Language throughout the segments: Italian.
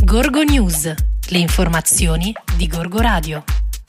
Gorgo News, le informazioni di Gorgo Radio.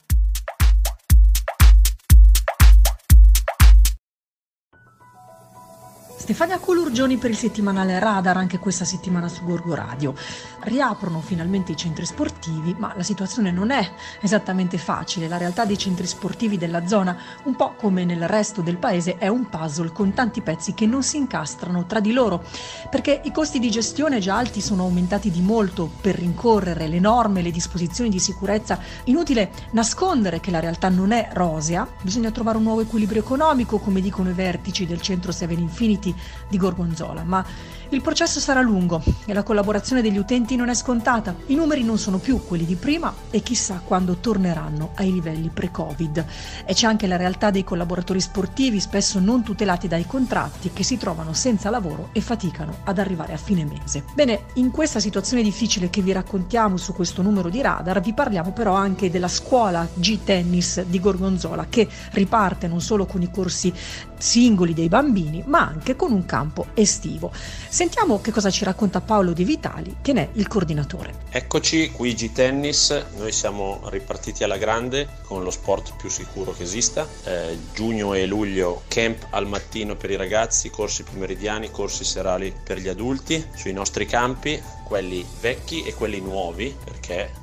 Stefania Colurgioni per il settimanale Radar, anche questa settimana su Gorgo Radio. Riaprono finalmente i centri sportivi, ma la situazione non è esattamente facile. La realtà dei centri sportivi della zona, un po' come nel resto del paese, è un puzzle con tanti pezzi che non si incastrano tra di loro, perché i costi di gestione già alti sono aumentati di molto per rincorrere le norme, le disposizioni di sicurezza. Inutile nascondere che la realtà non è rosea, bisogna trovare un nuovo equilibrio economico, come dicono i vertici del centro Seven Infinity di Gorgonzola, ma il processo sarà lungo e la collaborazione degli utenti non è scontata. I numeri non sono più quelli di prima e chissà quando torneranno ai livelli pre-Covid. E c'è anche la realtà dei collaboratori sportivi, spesso non tutelati dai contratti, che si trovano senza lavoro e faticano ad arrivare a fine mese. Bene, in questa situazione difficile che vi raccontiamo su questo numero di Radar, vi parliamo però anche della scuola G-Tennis di Gorgonzola, che riparte non solo con i corsi singoli dei bambini, ma anche con un campo estivo. Sentiamo che cosa ci racconta Paolo De Vitali, che ne è il coordinatore. Eccoci qui G-Tennis, noi siamo ripartiti alla grande con lo sport più sicuro che esista. Giugno e luglio camp al mattino per i ragazzi, corsi pomeridiani, corsi serali per gli adulti sui nostri campi, quelli vecchi e quelli nuovi, perché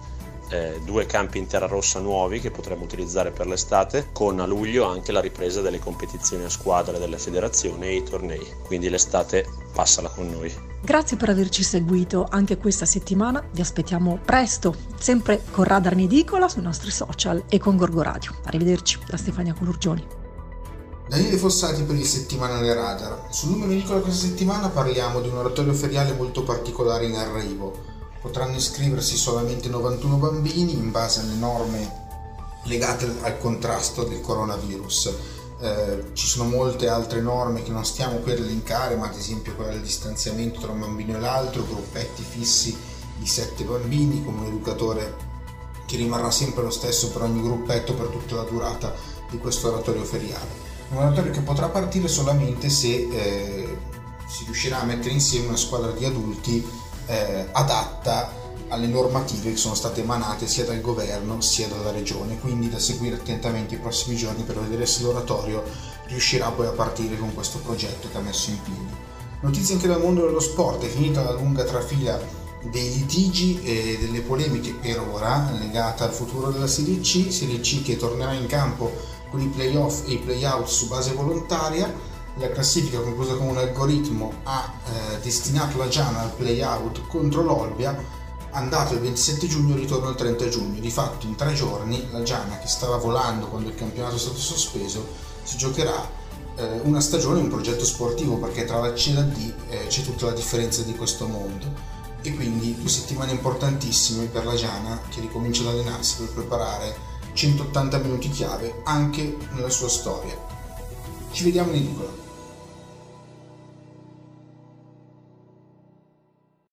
2 campi in terra rossa nuovi che potremo utilizzare per l'estate, con a luglio anche la ripresa delle competizioni a squadre delle federazioni e i tornei, quindi l'estate passala con noi. Grazie per averci seguito anche questa settimana, vi aspettiamo presto, sempre con Radar in edicola sui nostri social e con Gorgo Radio. Arrivederci da Stefania Colurgioni. Daniele Fossati per il settimanale Radar. Sul numero in edicola questa settimana parliamo di un oratorio feriale molto particolare in arrivo. Potranno iscriversi solamente 91 bambini in base alle norme legate al contrasto del coronavirus. Ci sono molte altre norme che non stiamo qui ad elencare, ma ad esempio quella del distanziamento tra un bambino e l'altro, gruppetti fissi di 7 bambini con un educatore che rimarrà sempre lo stesso per ogni gruppetto per tutta la durata di questo oratorio feriale. Un oratorio che potrà partire solamente se si riuscirà a mettere insieme una squadra di adulti adatta alle normative che sono state emanate sia dal governo sia dalla regione, quindi da seguire attentamente i prossimi giorni per vedere se l'oratorio riuscirà poi a partire con questo progetto che ha messo in piedi. Notizie anche dal mondo dello sport: è finita la lunga trafila dei litigi e delle polemiche per ora legata al futuro della Serie C che tornerà in campo con i playoff e i playout su base volontaria. La classifica, conclusa con un algoritmo, ha destinato la Giana al play-out contro l'Olbia, andato il 27 giugno e ritorno il 30 giugno. Di fatto in 3 giorni la Giana, che stava volando quando il campionato è stato sospeso, si giocherà una stagione, un progetto sportivo, perché tra la C e la D c'è tutta la differenza di questo mondo. E quindi 2 settimane importantissime per la Giana, che ricomincia ad allenarsi per preparare 180 minuti chiave anche nella sua storia. Ci vediamo in edicola.